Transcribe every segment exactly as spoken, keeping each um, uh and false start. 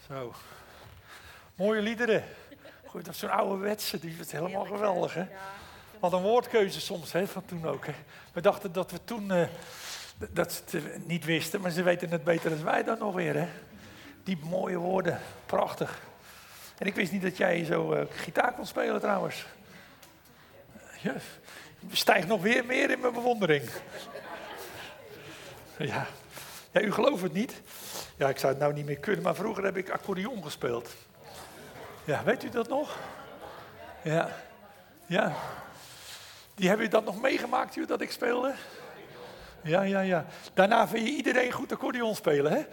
Zo. Mooie liederen. Goed, dat is zo'n ouderwetse, die is helemaal geweldig, hè? Wat een woordkeuze soms, hè, van toen ook. Hè. We dachten dat we toen uh, dat ze het niet wisten, maar ze weten het beter dan wij dan nog weer, hè? Die mooie woorden, prachtig. En ik wist niet dat jij zo uh, gitaar kon spelen trouwens. Je stijgt nog weer meer in mijn bewondering. Ja. Ja, u gelooft het niet. Ja, ik zou het nou niet meer kunnen, maar vroeger heb ik accordeon gespeeld. Ja, weet u dat nog? Ja. Ja. Die hebben u dat nog meegemaakt, u, dat ik speelde? Ja, ja, ja. Daarna vind je iedereen goed accordeon spelen, hè?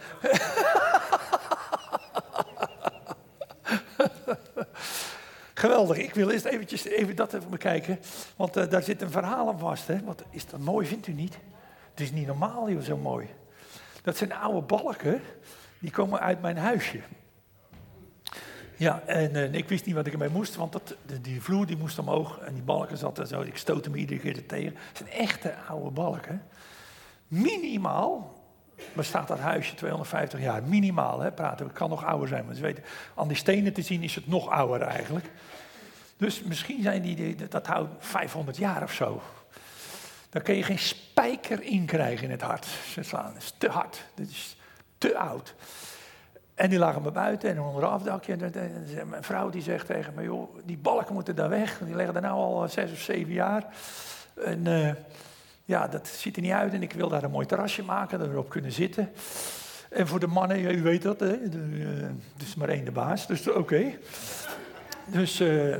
Geweldig. Ik wil eerst eventjes even dat even bekijken. Want uh, daar zit een verhaal aan vast, hè? Wat is dat mooi, vindt u niet? Het is niet normaal, joh, zo mooi. Dat zijn oude balken. Die komen uit mijn huisje. Ja, en uh, ik wist niet wat ik ermee moest, want dat, de, die vloer die moest omhoog en die balken zaten zo. Ik stootte me iedere keer er tegen. Het zijn echte oude balken. Minimaal bestaat dat huisje tweehonderdvijftig jaar. Minimaal, hè, praten we. Het kan nog ouder zijn, maar ze weten, aan die stenen te zien is het nog ouder eigenlijk. Dus misschien zijn die, die dat houdt vijfhonderd jaar of zo. Daar kun je geen spijker in krijgen in het hart. Ze slaan, dat is te hard. Dat is te oud. En die lagen me buiten en onder een afdakje. En mijn vrouw die zegt tegen me, joh, die balken moeten daar weg. Die liggen er nou al zes of zeven jaar. En uh, ja, dat ziet er niet uit. En ik wil daar een mooi terrasje maken, dat we erop kunnen zitten. En voor de mannen, ja, u weet dat, hè? Er uh, is maar één de baas, dus oké. Okay. Dus, uh,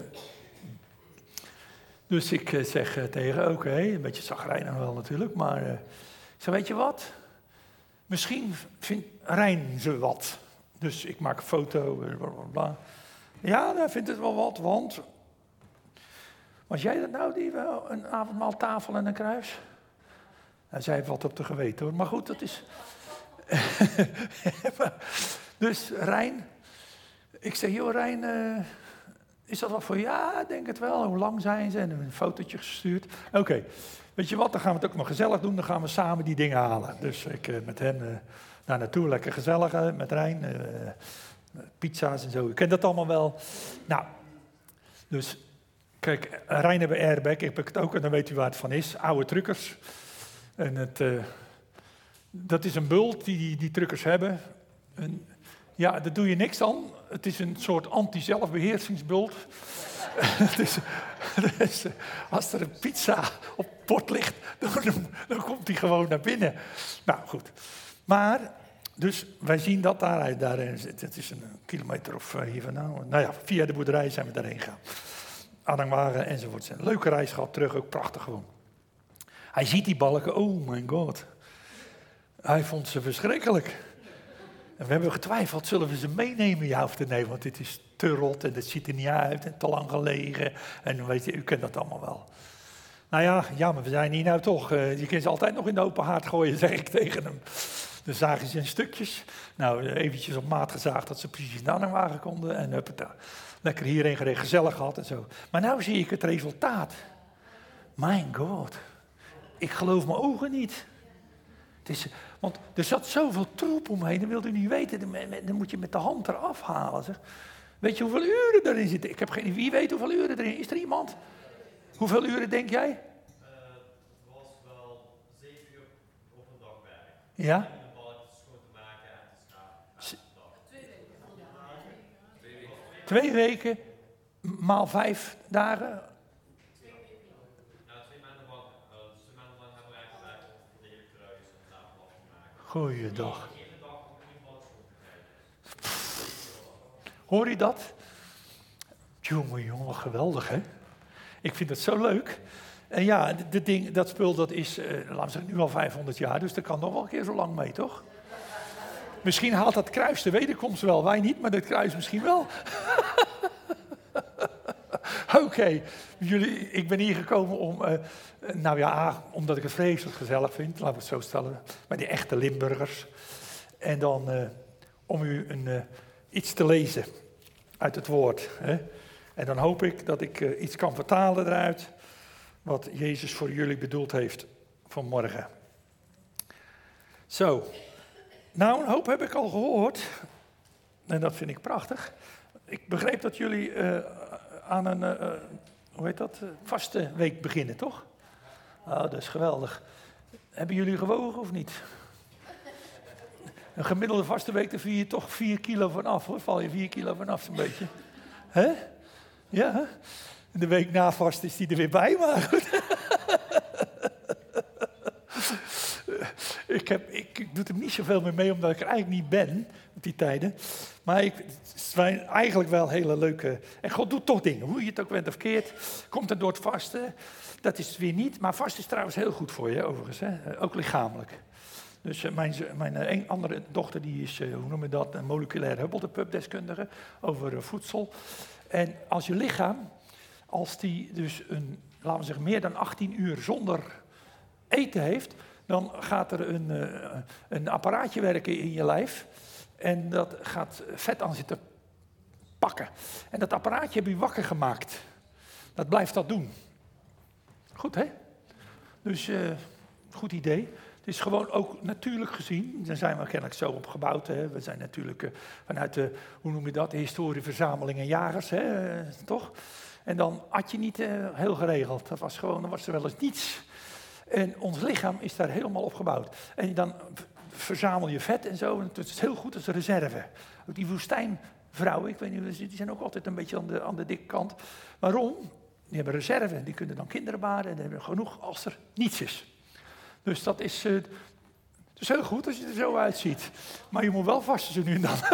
dus ik uh, zeg uh, tegen, oké, okay, een beetje chagrijnig wel natuurlijk. Maar uh, ik zeg, weet je wat? Misschien vindt Rijn ze wat. Dus ik maak een foto, bla bla bla. Ja, hij vindt het wel wat, want... Was jij dat nou, die wel een avondmaaltafel en een kruis? Nou, zij heeft wat op de geweten hoor, maar goed, dat is... Dus Rijn, ik zeg, joh Rijn, uh, is dat wat voor? Ja, ik denk het wel. Hoe lang zijn ze? En een fotootje gestuurd. Oké, okay. Weet je wat, dan gaan we het ook maar gezellig doen. Dan gaan we samen die dingen halen. Dus ik uh, met hen uh, daar naartoe, lekker gezellig, uh, met Rijn. Uh, pizza's en zo, u kent dat allemaal wel. Nou, dus kijk, Rijn hebben airbag, ik heb het ook en dan weet u waar het van is. Oude truckers. En het, uh, dat is een bult die, die die truckers hebben. En, ja, daar doe je niks aan. Het is een soort anti-zelfbeheersingsbult. dus, dus, als er een pizza op het bord ligt, dan, dan komt die gewoon naar binnen. Nou, goed. Maar, dus wij zien dat daar. daar het is een kilometer of hier vandaan. Nou ja, via de boerderij zijn we daarheen gegaan. Aanhangwagen enzovoort. Een leuke reis gehad, terug ook prachtig gewoon. Hij ziet die balken, oh my god. Hij vond ze verschrikkelijk. En we hebben getwijfeld, zullen we ze meenemen, ja of te nemen? Want dit is te rot en het ziet er niet uit en te lang gelegen. En weet je, u kent dat allemaal wel. Nou ja, ja, maar we zijn hier nou toch. Uh, je kunt ze altijd nog in de open haard gooien, zeg ik tegen hem. Dus zagen ze in stukjes. Nou, eventjes op maat gezaagd dat ze precies naar de wagen konden. En huppata, lekker hierheen gereden, gezellig gehad en zo. Maar nou zie ik het resultaat. Mijn god, ik geloof mijn ogen niet. Het is, want er zat zoveel troep omheen, dat wilde u niet weten. Dan moet je met de hand eraf halen. Zeg. Weet je hoeveel uren erin zitten? Ik heb geen idee. Wie weet hoeveel uren erin? Is er iemand? Hoeveel uren denk jij? Uh, het was wel zeven uur op een dag werk. Ja? Om de balletjes schoon te maken en te schrapen. Twee weken. Twee weken, maal vijf dagen. Goeiedag. Hoor je dat? Jongen, jongen, geweldig hè? Ik vind het zo leuk. En ja, de ding, dat spul dat is, uh, laten we zeggen, nu al vijfhonderd jaar, dus dat kan nog wel een keer zo lang mee, toch? Misschien haalt dat kruis de wederkomst wel, wij niet, maar dat kruis misschien wel. Oké, okay. Jullie, ik ben hier gekomen om, uh, nou ja, omdat ik het vreselijk gezellig vind, laten we het zo stellen, bij die echte Limburgers. En dan uh, om u een, uh, iets te lezen uit het woord. Hè? En dan hoop ik dat ik uh, iets kan vertalen eruit, wat Jezus voor jullie bedoeld heeft vanmorgen. Zo, nou een hoop heb ik al gehoord. En dat vind ik prachtig. Ik begreep dat jullie uh, aan een, uh, hoe heet dat, uh, vaste week beginnen, toch? Oh, dat is geweldig. Hebben jullie gewogen of niet? Een gemiddelde vaste week, daar vier je toch vier kilo vanaf, hoor. Val je vier kilo vanaf, zo'n beetje. Hè? Ja. De week na vast is die er weer bij, maar goed. ik, heb, ik, ik doe er niet zoveel meer mee, omdat ik er eigenlijk niet ben op die tijden. Maar ik, het zijn eigenlijk wel hele leuke... En God doet toch dingen, hoe je het ook bent of keert. Komt er door het vasten, dat is het weer niet. Maar vast is trouwens heel goed voor je, overigens. Hè? Ook lichamelijk. Dus uh, mijn, mijn uh, een andere dochter, die is, uh, hoe noem je dat, een moleculaire Hubble-deskundige over uh, voedsel. En als je lichaam, als die dus een, laten we zeggen, meer dan achttien uur zonder eten heeft, dan gaat er een, uh, een apparaatje werken in je lijf. En dat gaat vet aan zitten pakken. En dat apparaatje heb je wakker gemaakt. Dat blijft dat doen. Goed, hè? Dus, uh, goed idee. Het is gewoon ook natuurlijk gezien, daar zijn we kennelijk zo op gebouwd. Hè. We zijn natuurlijk uh, vanuit de, hoe noem je dat, de historieverzameling en jagers, hè, uh, toch? En dan had je niet uh, heel geregeld, dat was gewoon, dan was er wel eens niets. En ons lichaam is daar helemaal op gebouwd. En dan verzamel je vet en zo, en het is heel goed als reserve. Ook die woestijnvrouwen, ik weet niet, die zijn ook altijd een beetje aan de, aan de dikke kant. Waarom? Die hebben reserve, die kunnen dan kinderen baren en hebben genoeg als er niets is. Dus dat is, uh, dat is heel goed als je er zo uitziet. Maar je moet wel vasten zo nu en dan.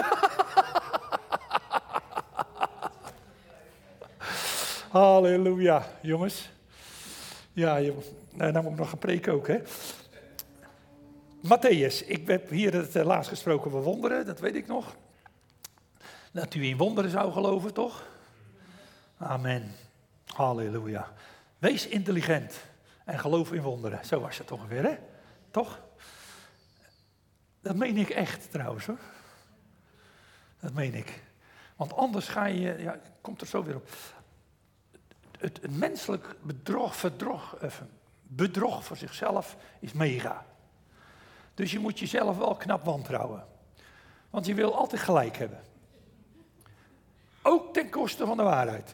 Halleluja, jongens. Ja, je, nou, nou moet ik nog gaan preken ook, hè. Matthäus, ik heb hier het uh, laatst gesproken over wonderen, dat weet ik nog. Dat u in wonderen zou geloven, toch? Amen. Halleluja. Wees intelligent. En geloof in wonderen. Zo was het toch weer, hè? Toch? Dat meen ik echt trouwens, hoor. Dat meen ik. Want anders ga je, ja, komt er zo weer op. Het, het menselijk bedrog, verdrog, bedrog voor zichzelf is mega. Dus je moet jezelf wel knap wantrouwen. Want je wil altijd gelijk hebben. Ook ten koste van de waarheid.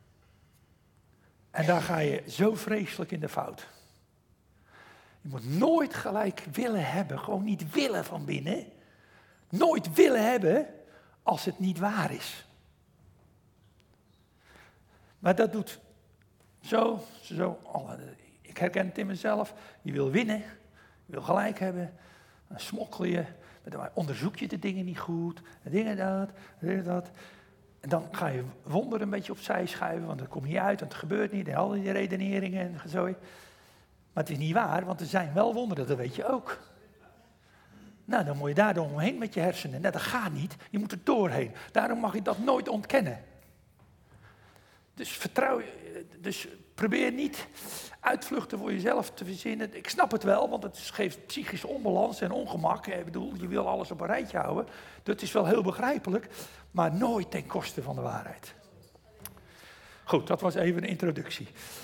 En daar ga je zo vreselijk in de fout. Je moet nooit gelijk willen hebben, gewoon niet willen van binnen. Nooit willen hebben als het niet waar is. Maar dat doet zo, zo. Ik herken het in mezelf. Je wil winnen, je wil gelijk hebben. Dan smokkel je, dan onderzoek je de dingen niet goed. Dingen dat, dingen dat. En dan ga je wonderen een beetje opzij schuiven, want dan kom je uit, want het gebeurt niet. En al die redeneringen en zo. Maar het is niet waar, want er zijn wel wonderen, dat weet je ook. Nou, dan moet je daar omheen met je hersenen. Nou, dat gaat niet, je moet er doorheen. Daarom mag je dat nooit ontkennen. Dus vertrouw, dus probeer niet uitvluchten voor jezelf te verzinnen. Ik snap het wel, want het geeft psychische onbalans en ongemak. Ik bedoel, je wil alles op een rijtje houden. Dat is wel heel begrijpelijk, maar nooit ten koste van de waarheid. Goed, dat was even een introductie.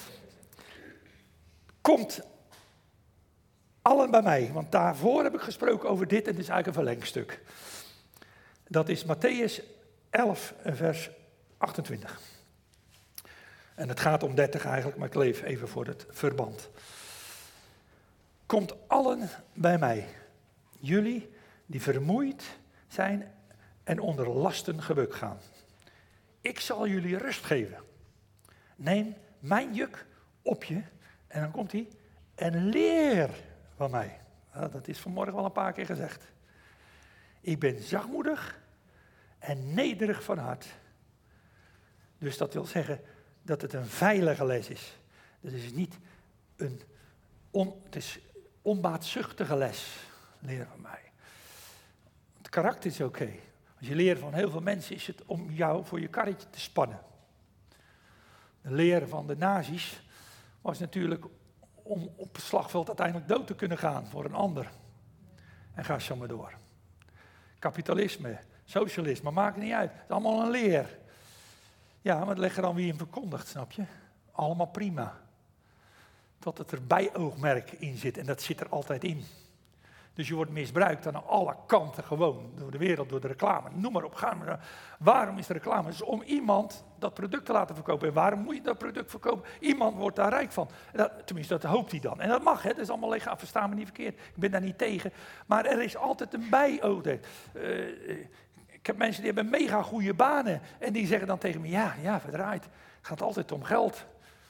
Komt allen bij mij, want daarvoor heb ik gesproken over dit en het is eigenlijk een verlengstuk. Dat is Matthäus elf, vers achtentwintig. En het gaat om dertig eigenlijk, maar ik leef even voor het verband. Komt allen bij mij, jullie die vermoeid zijn en onder lasten gebukt gaan. Ik zal jullie rust geven. Neem mijn juk op je, en dan komt hij, en leer van mij. Nou, dat is vanmorgen wel een paar keer gezegd. Ik ben zachtmoedig en nederig van hart. Dus dat wil zeggen dat het een veilige les is. Dus het is niet een on, het is onbaatzuchtige les, leren van mij. Het karakter is oké. Okay. Als je leert van heel veel mensen is het om jou voor je karretje te spannen. De leer van de nazi's was natuurlijk om op het slagveld uiteindelijk dood te kunnen gaan voor een ander. En ga zo maar door. Kapitalisme, socialisme, maakt niet uit. Het is allemaal een leer. Ja, maar leg er dan wie hem verkondigt, snap je? Allemaal prima. Tot het er bijoogmerk in zit en dat zit er altijd in. Dus je wordt misbruikt aan alle kanten gewoon. Door de wereld, door de reclame. Noem maar op. Ga maar. Waarom is de reclame? Dus om iemand dat product te laten verkopen. En waarom moet je dat product verkopen? Iemand wordt daar rijk van. Dat, tenminste, dat hoopt hij dan. En dat mag, hè. Dat is allemaal legaal. Versta me niet verkeerd. Ik ben daar niet tegen. Maar er is altijd een bijoordeel. Uh, ik heb mensen die hebben mega goede banen. En die zeggen dan tegen me, ja, ja, verdraaid. Het gaat altijd om geld.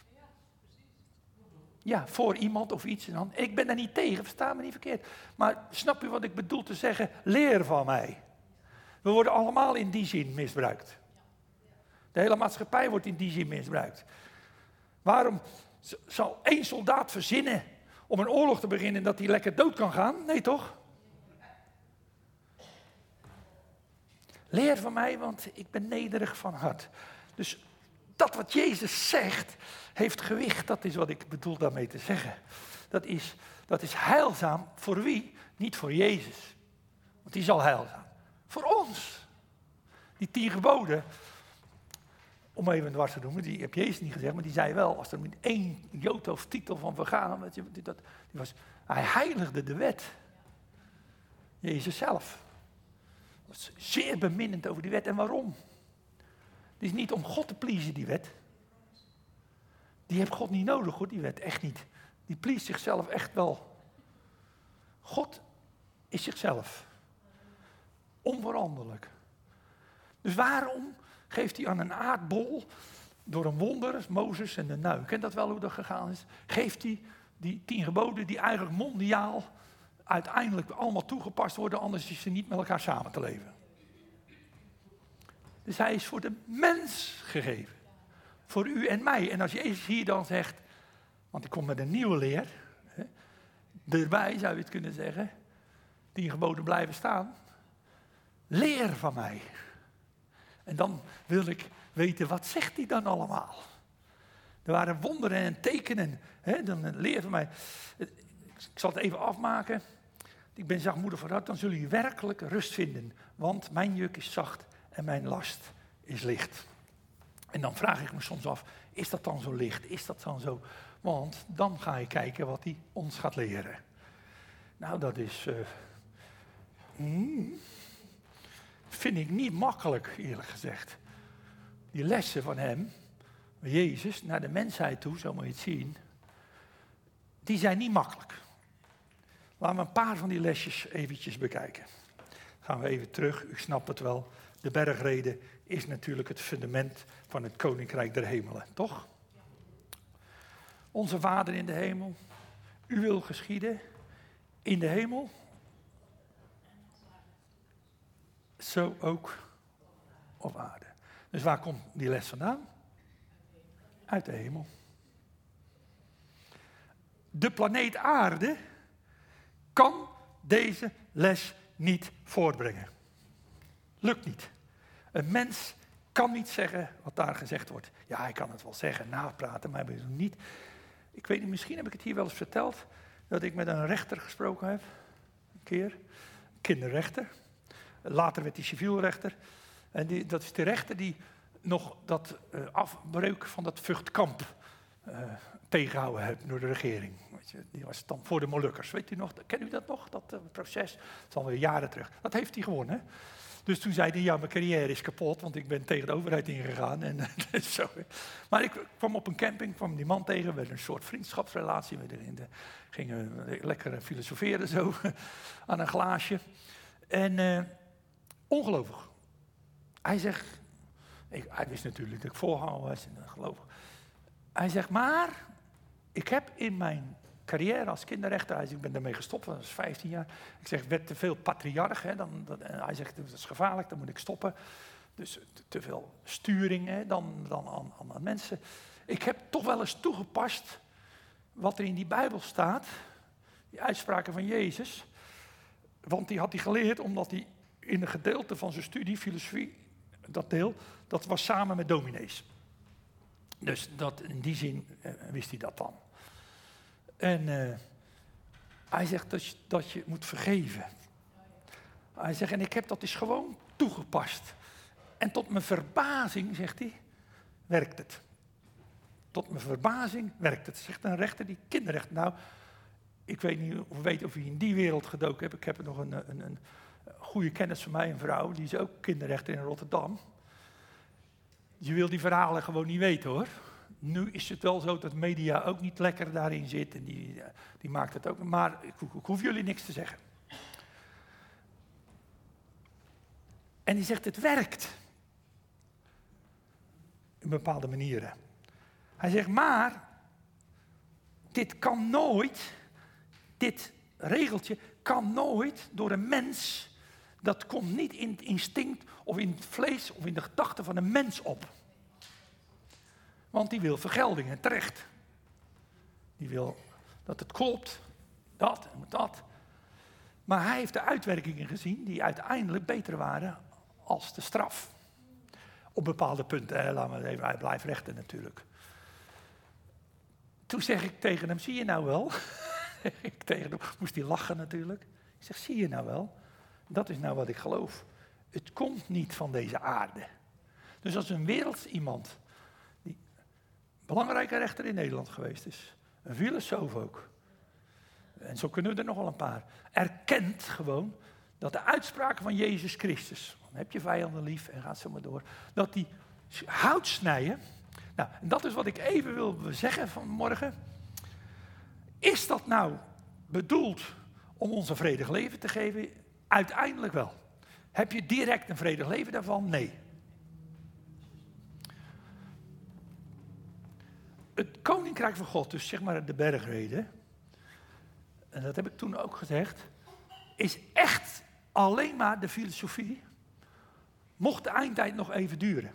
Ja, voor iemand of iets. En dan, ik ben daar niet tegen, versta me niet verkeerd. Maar snap u wat ik bedoel te zeggen? Leer van mij. We worden allemaal in die zin misbruikt. De hele maatschappij wordt in die zin misbruikt. Waarom zal één soldaat verzinnen om een oorlog te beginnen en dat hij lekker dood kan gaan? Nee, toch? Leer van mij, want ik ben nederig van hart. Dus dat wat Jezus zegt, heeft gewicht. Dat is wat ik bedoel daarmee te zeggen. Dat is, dat is heilzaam voor wie? Niet voor Jezus. Want die is al heilzaam. Voor ons. Die tien geboden, om even dwars te noemen, die heb Jezus niet gezegd, maar die zei wel, als er met één jota of titel van vergaan, dat, dat, die was, hij heiligde de wet. Jezus zelf. Was zeer beminnend over die wet. En waarom? Het is niet om God te pleasen, die wet. Die heeft God niet nodig, hoor, die wet. Echt niet. Die pleest zichzelf echt wel. God is zichzelf. Onveranderlijk. Dus waarom geeft hij aan een aardbol, door een wonder, Mozes en de nou, u kent dat wel hoe dat gegaan is, geeft hij die tien geboden die eigenlijk mondiaal uiteindelijk allemaal toegepast worden, anders is ze niet met elkaar samen te leven. Dus hij is voor de mens gegeven. Voor u en mij. En als Jezus hier dan zegt, want ik kom met een nieuwe leer, hè, erbij zou je het kunnen zeggen, tien geboden blijven staan. Leer van mij. En dan wil ik weten, wat zegt hij dan allemaal? Er waren wonderen en tekenen. Hè, dan leer van mij. Ik zal het even afmaken. Ik ben zachtmoedig van hart, dan zullen jullie werkelijk rust vinden. Want mijn juk is zacht en mijn last is licht. En dan vraag ik me soms af, is dat dan zo licht? Is dat dan zo? Want dan ga je kijken wat hij ons gaat leren. Nou, dat is... Uh, hmm, vind ik niet makkelijk, eerlijk gezegd. Die lessen van hem, van Jezus, naar de mensheid toe, zo moet je het zien, die zijn niet makkelijk. Laten we een paar van die lesjes eventjes bekijken. Gaan we even terug, u snapt het wel. De bergrede is natuurlijk het fundament van het koninkrijk der hemelen, toch? Onze Vader in de hemel, u wil geschieden in de hemel, zo ook op aarde. Dus waar komt die les vandaan? Uit de hemel. De planeet aarde kan deze les niet voortbrengen. Lukt niet. Een mens kan niet zeggen wat daar gezegd wordt. Ja, hij kan het wel zeggen, napraten, maar hij niet. Ik weet niet, misschien heb ik het hier wel eens verteld, dat ik met een rechter gesproken heb. Een keer. Kinderrechter. Later werd hij civielrechter. En die, dat is de rechter die nog dat uh, afbreuk van dat Vught-kamp uh, tegengehouden heeft door de regering. Weet je, die was dan voor de Molukkers. Weet u nog, ken u dat nog, dat uh, proces? Dat is alweer jaren terug. Dat heeft hij gewonnen. Dus toen zei hij, ja, mijn carrière is kapot, want ik ben tegen de overheid ingegaan. En, zo. Maar ik kwam op een camping, kwam die man tegen, we hadden een soort vriendschapsrelatie. We gingen lekker filosoferen zo, aan een glaasje. En uh, ongelovig. Hij zegt, ik, hij wist natuurlijk dat ik voorganger was en gelovig. Hij zegt, maar ik heb in mijn carrière als kinderrechter, hij zegt, ik ben daarmee gestopt, dat was vijftien jaar. Ik zeg, werd te veel patriarch, hè, dan, dat, en hij zegt, dat is gevaarlijk, dan moet ik stoppen. Dus te, te veel sturing hè, dan, dan aan, aan, aan mensen. Ik heb toch wel eens toegepast wat er in die Bijbel staat, die uitspraken van Jezus. Want die had hij geleerd omdat hij in een gedeelte van zijn studie, filosofie, dat deel, dat was samen met dominees. Dus dat, in die zin uh, wist hij dat dan. En uh, hij zegt dat je, dat je moet vergeven. Hij zegt, en ik heb dat dus gewoon toegepast. En tot mijn verbazing, zegt hij, werkt het. Tot mijn verbazing werkt het. Zegt een rechter die kinderrechter. Nou, ik weet niet of, weet of je in die wereld gedoken hebt. Ik heb er nog een, een, een goede kennis van mij, een vrouw, die is ook kinderrechter in Rotterdam. Je wil die verhalen gewoon niet weten hoor. Nu is het wel zo dat media ook niet lekker daarin zit en die, die maakt het ook. Maar ik, ik hoef jullie niks te zeggen. En die zegt het werkt. In bepaalde manieren. Hij zegt maar, dit kan nooit, dit regeltje kan nooit door een mens, dat komt niet in het instinct of in het vlees of in de gedachten van een mens op. Want die wil vergelding en terecht. Die wil dat het klopt, dat en dat. Maar hij heeft de uitwerkingen gezien die uiteindelijk beter waren als de straf. Op bepaalde punten, hè, laten we even, hij blijft rechten natuurlijk. Toen zeg ik tegen hem, zie je nou wel? ik tegen hem, moest hij lachen natuurlijk. Ik zeg, zie je nou wel? Dat is nou wat ik geloof. Het komt niet van deze aarde. Dus als een werelds iemand, die een belangrijke rechter in Nederland geweest is, een filosoof ook, en zo kunnen we er nog wel een paar, erkent gewoon dat de uitspraken van Jezus Christus, dan heb je vijanden lief en gaat zo maar door, dat die hout snijden. Nou, en dat is wat ik even wil zeggen vanmorgen. Is dat nou bedoeld om ons een vredig leven te geven? Uiteindelijk wel. Heb je direct een vredig leven daarvan? Nee. Het koninkrijk van God, dus zeg maar de bergreden, en dat heb ik toen ook gezegd, is echt alleen maar de filosofie, mocht de eindtijd nog even duren.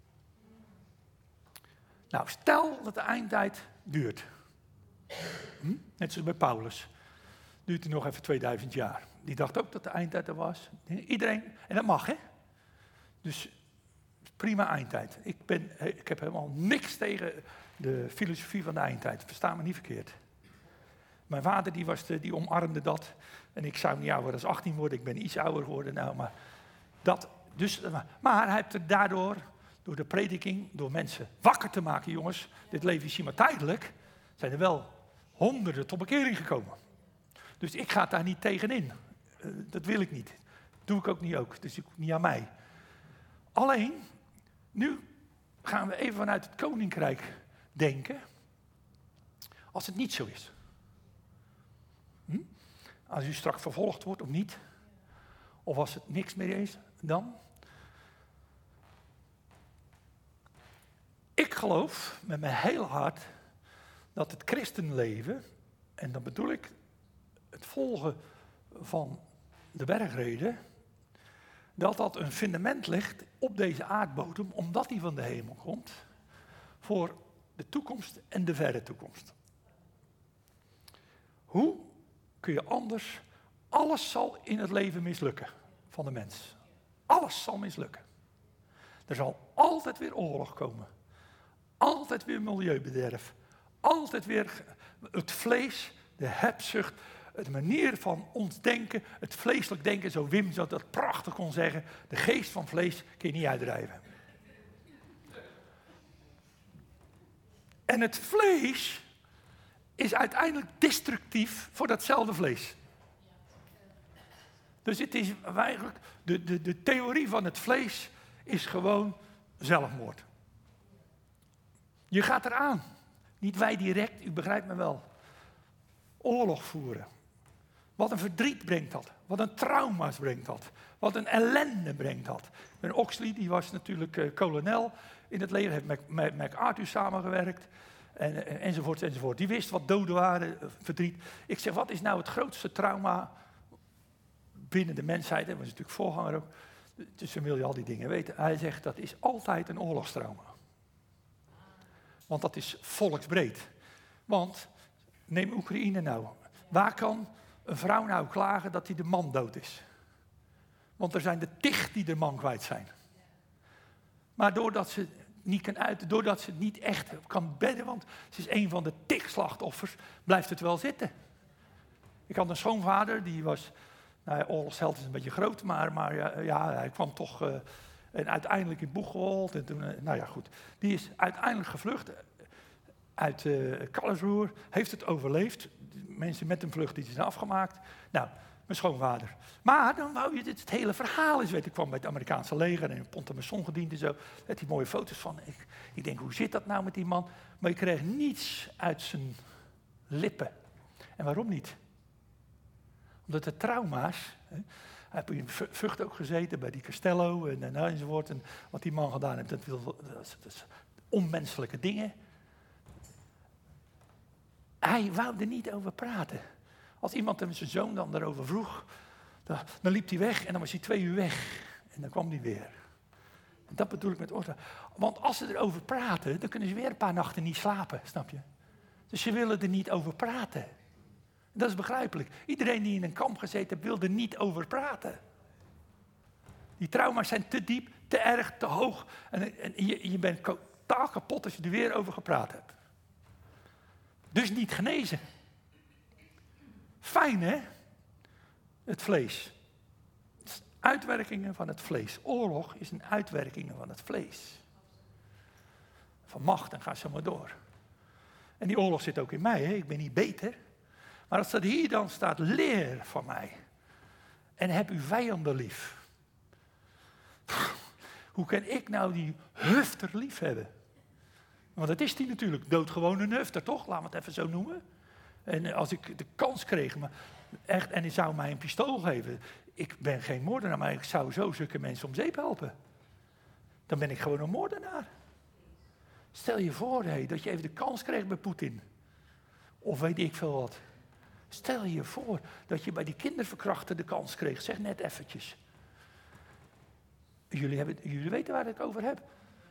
Nou, stel dat de eindtijd duurt. Hm? Net zoals bij Paulus. Duurt hij nog even tweeduizend jaar. Die dacht ook dat de eindtijd er was. Iedereen, en dat mag hè. Dus prima eindtijd. Ik, ben, ik heb helemaal niks tegen de filosofie van de eindtijd. Versta me niet verkeerd. Mijn vader die was de, die omarmde dat. En ik zou niet ouder dan achttien worden. Ik ben iets ouder geworden nou. Maar, dat, dus, maar hij heeft er daardoor, door de prediking, door mensen wakker te maken. Jongens, dit leven is hier maar tijdelijk. Zijn er wel honderden tot bekering gekomen. Dus ik ga daar niet tegenin. Uh, dat wil ik niet. Doe ik ook niet ook. Dus niet aan mij. Alleen, nu gaan we even vanuit het koninkrijk denken. Als het niet zo is. Hm? Als u straks vervolgd wordt of niet. Of als het niks meer is, dan. Ik geloof met mijn hele hart dat het christenleven, en dan bedoel ik het volgen van de bergreden, dat dat een fundament ligt op deze aardbodem, omdat die van de hemel komt, voor de toekomst en de verre toekomst. Hoe kun je anders, alles zal in het leven mislukken van de mens. Alles zal mislukken. Er zal altijd weer oorlog komen. Altijd weer milieubederf. Altijd weer het vlees, de hebzucht, de manier van ons denken, het vleeselijk denken, zo Wim zou dat prachtig kon zeggen, de geest van vlees kun je niet uitdrijven. En het vlees is uiteindelijk destructief voor datzelfde vlees. Dus het is eigenlijk, de, de, de theorie van het vlees is gewoon zelfmoord. Je gaat eraan. Niet wij direct, u begrijpt me wel. Oorlog voeren. Wat een verdriet brengt dat. Wat een trauma's brengt dat. Wat een ellende brengt dat. En Oxley, die was natuurlijk uh, kolonel in het leger, heeft met, met MacArthur samengewerkt. En, en, enzovoort, enzovoort. Die wist wat doden waren, uh, verdriet. Ik zeg, wat is nou het grootste trauma binnen de mensheid? Hij was natuurlijk voorganger ook. Dus dan wil je al die dingen weten. Hij zegt, dat is altijd een oorlogstrauma. Want dat is volksbreed. Want, neem Oekraïne nou. Waar kan een vrouw nou klagen dat hij de man dood is? Want er zijn de tig die de man kwijt zijn. Maar doordat ze niet kan uiten, doordat ze het niet echt kan bedden, want ze is een van de tig slachtoffers, blijft het wel zitten. Ik had een schoonvader, die was, nou ja, oorlogsheld is een beetje groot, maar, maar ja, ja, hij kwam toch uh, en uiteindelijk in Boegwald. En toen, uh, nou ja, goed. Die is uiteindelijk gevlucht. uit uh, Karlsruhe, heeft het overleefd. Mensen met een vlucht die zijn afgemaakt. Nou, mijn schoonvader. Maar dan wou je dit, het hele verhaal eens weten. Ik kwam bij het Amerikaanse leger en in Pont-à-Mousson gediend en zo. Daar had hij mooie foto's van. Ik, ik denk, hoe zit dat nou met die man? Maar je kreeg niets uit zijn lippen. En waarom niet? Omdat de trauma's... Hè, hij heeft in Vught ook gezeten, bij die Castello en, en enzovoort. En wat die man gedaan heeft, dat, wil, dat, is, dat is onmenselijke dingen. Hij wou er niet over praten. Als iemand hem zijn zoon dan daarover vroeg, dan, dan liep hij weg en dan was hij twee uur weg. En dan kwam hij weer. En dat bedoel ik met orde. Want als ze erover praten, dan kunnen ze weer een paar nachten niet slapen, snap je? Dus ze willen er niet over praten. Dat is begrijpelijk. Iedereen die in een kamp gezeten heeft, wil er niet over praten. Die trauma's zijn te diep, te erg, te hoog. En, en je, je bent totaal kapot als je er weer over gepraat hebt. Dus niet genezen. Fijn, hè? Het vlees. Het is uitwerkingen van het vlees. Oorlog is een uitwerking van het vlees. Van macht, en ga zo maar door. En die oorlog zit ook in mij, hè? Ik ben niet beter. Maar als dat hier dan staat, leer van mij. En heb uw vijanden lief. Hoe kan ik nou die hufter lief hebben? Want dat is die natuurlijk, doodgewoon een hufter, toch? Laten we het even zo noemen. En als ik de kans kreeg, maar echt, en hij zou mij een pistool geven. Ik ben geen moordenaar, maar ik zou zo zulke mensen om zeep helpen. Dan ben ik gewoon een moordenaar. Stel je voor, hey, dat je even de kans kreeg bij Poetin. Of weet ik veel wat. Stel je voor dat je bij die kinderverkrachter de kans kreeg. Zeg net eventjes. Jullie, hebben, jullie weten waar ik het over heb.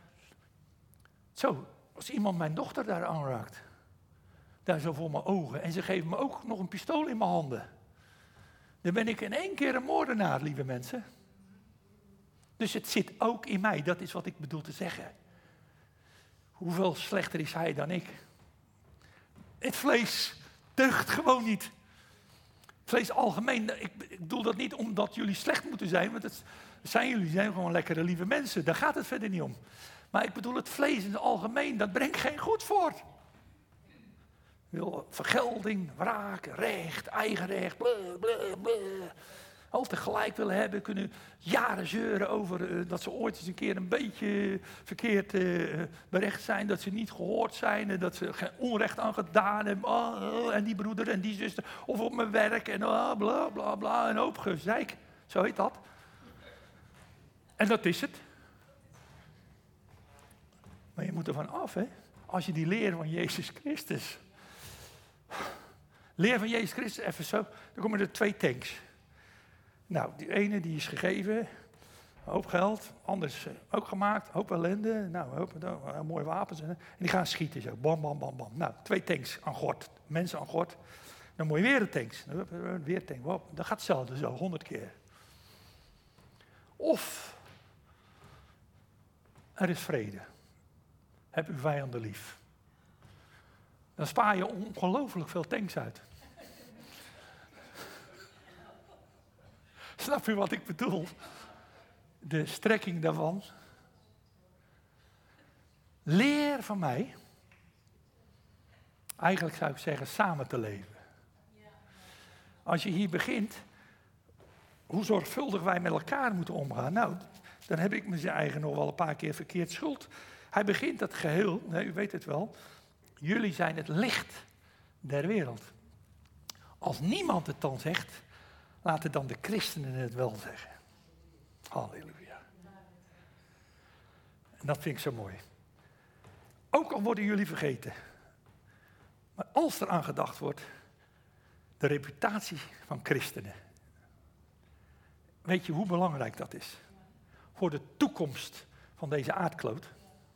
Zo, als iemand mijn dochter daar aanraakt. Daar zo voor mijn ogen. En ze geven me ook nog een pistool in mijn handen. Dan ben ik in één keer een moordenaar, lieve mensen. Dus het zit ook in mij. Dat is wat ik bedoel te zeggen. Hoeveel slechter is hij dan ik? Het vlees deugt gewoon niet. Het vlees algemeen, ik, ik bedoel dat niet omdat jullie slecht moeten zijn, want het zijn jullie zijn gewoon lekkere lieve mensen. Daar gaat het verder niet om. Maar ik bedoel het vlees in het algemeen, dat brengt geen goed voort. Wil vergelding, wraak, recht, eigen recht, bleh, bleh, bleh. Altijd gelijk willen hebben, kunnen jaren zeuren over uh, dat ze ooit eens een keer een beetje verkeerd uh, berecht zijn, dat ze niet gehoord zijn en dat ze geen onrecht aan gedaan hebben. Oh, oh, en die broeder en die zuster, of op mijn werk en oh, bla bla bla, een hoop gezeik. Zo heet dat. En dat is het. Maar je moet er van af, hè? Als je die leer van Jezus Christus. Leer van Jezus Christus, even zo, dan komen er twee tanks. Nou, die ene die is gegeven, een hoop geld, anders ook gemaakt, hoop ellende, nou, hoop, uh, mooie wapens. En die gaan schieten zo, bam, bam, bam, bam. Nou, twee tanks aan gort, mensen aan gort. Dan moet je weer een tanks, weer een tank, wow, dat gaat hetzelfde zo, honderd keer. Of, er is vrede. Heb uw vijanden lief. Dan spaar je ongelooflijk veel tanks uit. Snap je wat ik bedoel? De strekking daarvan. Leer van mij. Eigenlijk zou ik zeggen samen te leven. Als je hier begint, hoe zorgvuldig wij met elkaar moeten omgaan. Nou, dan heb ik me zijn eigen nog wel een paar keer verkeerd schuld. Hij begint dat geheel, nee, u weet het wel. Jullie zijn het licht der wereld. Als niemand het dan zegt, laten dan de christenen het wel zeggen. Halleluja. En dat vind ik zo mooi. Ook al worden jullie vergeten. Maar als er aan gedacht wordt, de reputatie van christenen. Weet je hoe belangrijk dat is? Voor de toekomst van deze aardkloot.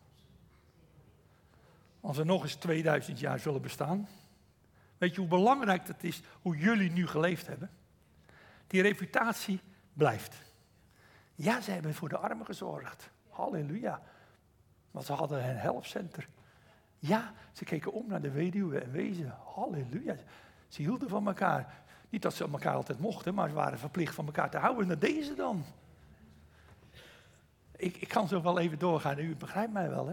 Als we nog eens tweeduizend jaar zullen bestaan. Weet je hoe belangrijk dat is, hoe jullie nu geleefd hebben? Die reputatie blijft. Ja, ze hebben voor de armen gezorgd. Halleluja. Want ze hadden een helpcenter. Ja, ze keken om naar de weduwe en wezen. Halleluja. Ze hielden van elkaar. Niet dat ze elkaar altijd mochten, maar ze waren verplicht van elkaar te houden. En dat deden ze dan. Ik, ik kan zo wel even doorgaan, u begrijpt mij wel, hè.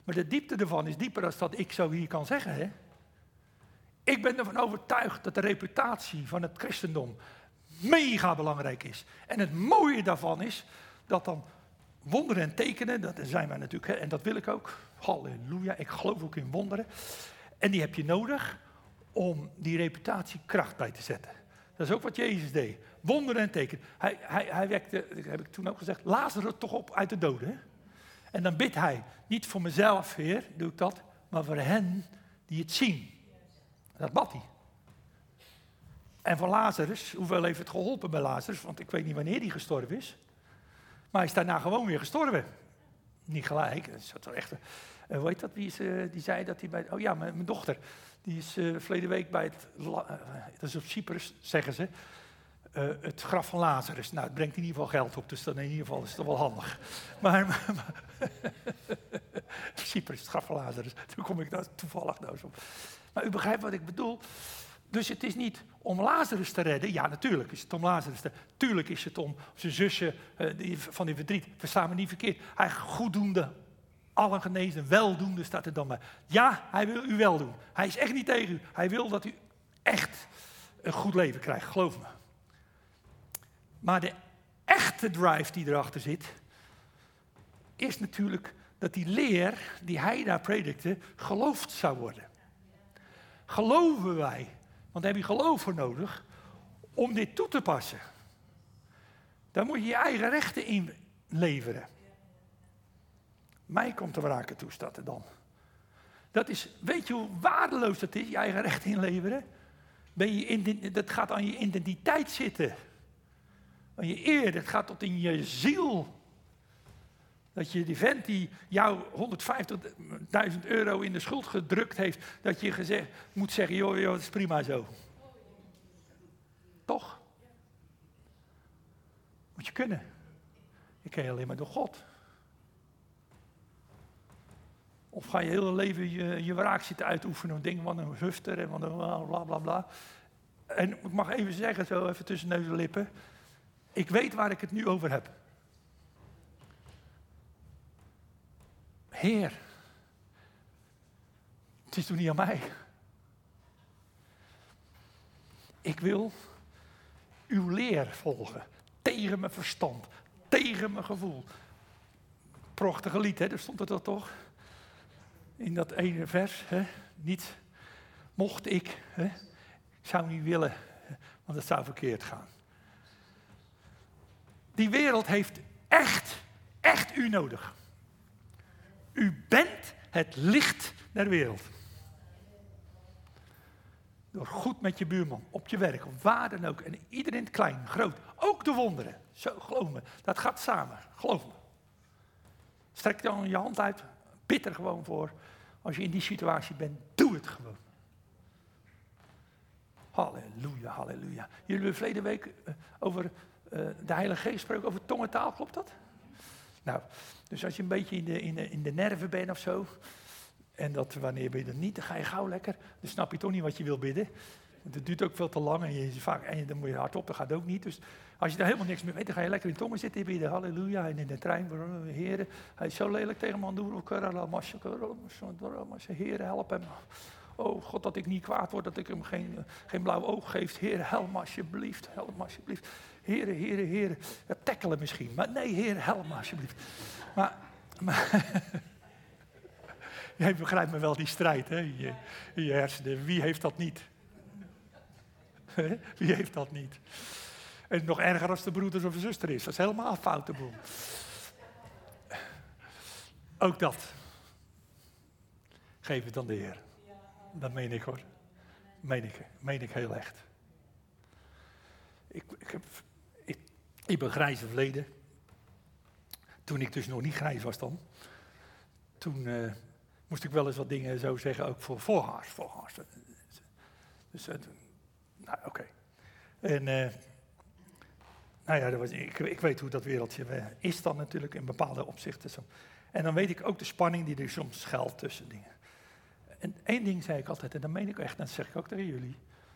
Maar de diepte ervan is dieper dan dat ik zo hier kan zeggen. Hè? Ik ben ervan overtuigd dat de reputatie van het christendom mega belangrijk is. En het mooie daarvan is dat dan wonderen en tekenen, dat zijn wij natuurlijk, hè, en dat wil ik ook. Halleluja, ik geloof ook in wonderen. En die heb je nodig om die reputatie kracht bij te zetten. Dat is ook wat Jezus deed. Wonderen en tekenen. Hij, hij, hij wekte, dat heb ik toen ook gezegd, Lazarus toch op uit de doden. Hè? En dan bidt hij, niet voor mezelf, Heer, doe ik dat, maar voor hen die het zien. Dat bad hij. En van Lazarus, hoeveel heeft het geholpen bij Lazarus? Want ik weet niet wanneer hij gestorven is. Maar hij is daarna gewoon weer gestorven. Niet gelijk. Dat is toch echt, uh, hoe heet dat? Wie is, uh, die zei dat hij bij... Oh ja, mijn, mijn dochter. Die is uh, verleden week bij het... Uh, dat is op Cyprus, zeggen ze. Uh, het graf van Lazarus. Nou, het brengt in ieder geval geld op. Dus dan in ieder geval is het wel handig. Maar... maar Cyprus, het graf van Lazarus. Toen kom ik daar toevallig nou eens op. Maar u begrijpt wat ik bedoel. Dus het is niet om Lazarus te redden. Ja, natuurlijk is het om Lazarus te redden. Tuurlijk is het om zijn zusje uh, die, van die verdriet. Versta me niet verkeerd. Hij goeddoende, allen genezen, weldoende staat er dan bij. Ja, hij wil u wel doen. Hij is echt niet tegen u. Hij wil dat u echt een goed leven krijgt, geloof me. Maar de echte drive die erachter zit, is natuurlijk dat die leer die hij daar predikte, geloofd zou worden. Geloven wij, want daar heb je geloof voor nodig, om dit toe te passen. Daar moet je je eigen rechten in leveren. Mij komt de wraken toe, staat er dan. Dat is, weet je hoe waardeloos dat is, je eigen rechten inleveren? Ben je in, dat gaat aan je identiteit zitten. Aan je eer, dat gaat tot in je ziel. Dat je die vent die jou honderdvijftigduizend euro in de schuld gedrukt heeft, dat je gezegd, moet zeggen, joh, joh, dat is prima zo. Toch? Moet je kunnen. Je kan je alleen maar door God. Of ga je hele leven je, je wraak zitten uitoefenen en dingen van een hufter en van een bla bla bla. En ik mag even zeggen, zo even tussen neus en lippen. Ik weet waar ik het nu over heb. Heer, het is toch niet aan mij. Ik wil uw leer volgen, tegen mijn verstand, tegen mijn gevoel. Prachtige lied, hè? Daar stond het dat toch? In dat ene vers, hè? Niet mocht ik, hè? Ik zou niet willen, want het zou verkeerd gaan. Die wereld heeft echt, echt u nodig. U bent het licht der wereld. Door goed met je buurman, op je werk, of waar dan ook. En iedereen in het klein, groot. Ook de wonderen. Zo, geloof me. Dat gaat samen. Geloof me. Strek dan je hand uit. Bid er gewoon voor. Als je in die situatie bent, doe het gewoon. Halleluja, halleluja. Jullie hebben verleden week uh, over uh, de Heilige Geest gesproken, over tongentaal, klopt dat? Nou, dus als je een beetje in de, in de, in de nerven bent of zo, en dat wanneer ben je dat niet, dan ga je gauw lekker, dan snap je toch niet wat je wil bidden. Want het duurt ook veel te lang en, je, vaak, en dan moet je hardop, dat gaat ook niet. Dus als je daar helemaal niks meer weet, dan ga je lekker in tongen zitten bidden, halleluja, en in de trein, heren, hij is zo lelijk tegen me aan doen, heren, help hem. Oh God, dat ik niet kwaad word, dat ik hem geen, geen blauw oog geef. Heer, help me alsjeblieft, help me alsjeblieft. Heren, heren, heren. Ja, tackelen misschien, maar nee, Heer, help me alsjeblieft. Maar, maar jij begrijpt me wel die strijd, hè, in je, in je hersenen. Wie heeft dat niet? Wie heeft dat niet? En nog erger als de broeder of de zuster is. Dat is helemaal een foute boel. Ook dat. Geef het aan de Heer. Dat meen ik hoor. Meen ik, meen ik heel echt. Ik, ik, heb, ik, ik ben grijs verleden. Toen ik dus nog niet grijs was dan. Toen uh, moest ik wel eens wat dingen zo zeggen, ook voor voorgaars. voorgaars. Dus, uh, nou oké. Okay. En, uh, nou ja, dat was, ik, ik weet hoe dat wereldje uh, is dan natuurlijk in bepaalde opzichten. Zo. En dan weet ik ook de spanning die er soms schuilt tussen dingen. En één ding zei ik altijd, en dat meen ik echt, en dat zeg ik ook tegen jullie.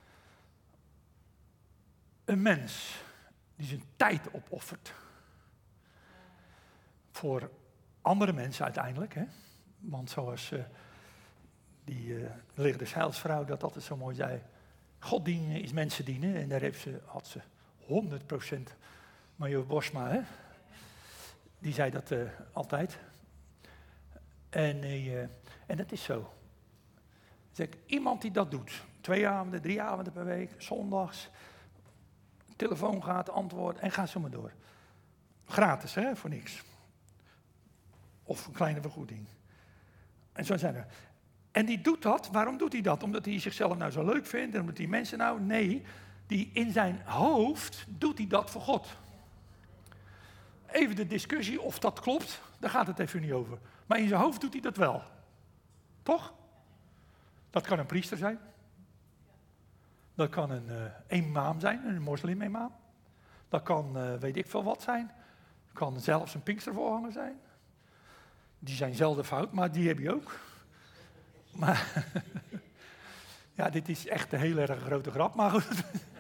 Een mens die zijn tijd opoffert voor andere mensen uiteindelijk, hè, Want zoals uh, die uh, liggende zeilsvrouw dat altijd zo mooi zei. God dienen is mensen dienen. En daar heeft ze, had ze honderd procent Majoor Bosma. Hè? Die zei dat uh, altijd. En, uh, en dat is zo. Zeg, iemand die dat doet. Twee avonden, drie avonden per week. Zondags. Telefoon gaat, antwoord en ga zo maar door. Gratis, hè, voor niks. Of een kleine vergoeding. En zo zijn er. En die doet dat, waarom doet hij dat? Omdat hij zichzelf nou zo leuk vindt en omdat die mensen nou... Nee, die in zijn hoofd doet hij dat voor God. Even de discussie of dat klopt, daar gaat het even niet over. Maar in zijn hoofd doet hij dat wel. Toch? Dat kan een priester zijn. Dat kan een uh, imam zijn, een moslim-imam. Dat kan uh, weet ik veel wat zijn. Dat kan zelfs een pinkstervoorganger zijn. Die zijn zelden fout, maar die heb je ook. Maar ja, dit is echt een heel erg grote grap, maar goed.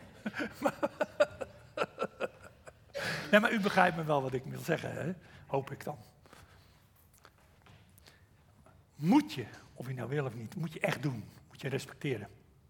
Nee, maar u begrijpt me wel wat ik wil zeggen, hè? Hoop ik dan. Moet je, of je nou wil of niet, moet je echt doen. Moet je respecteren.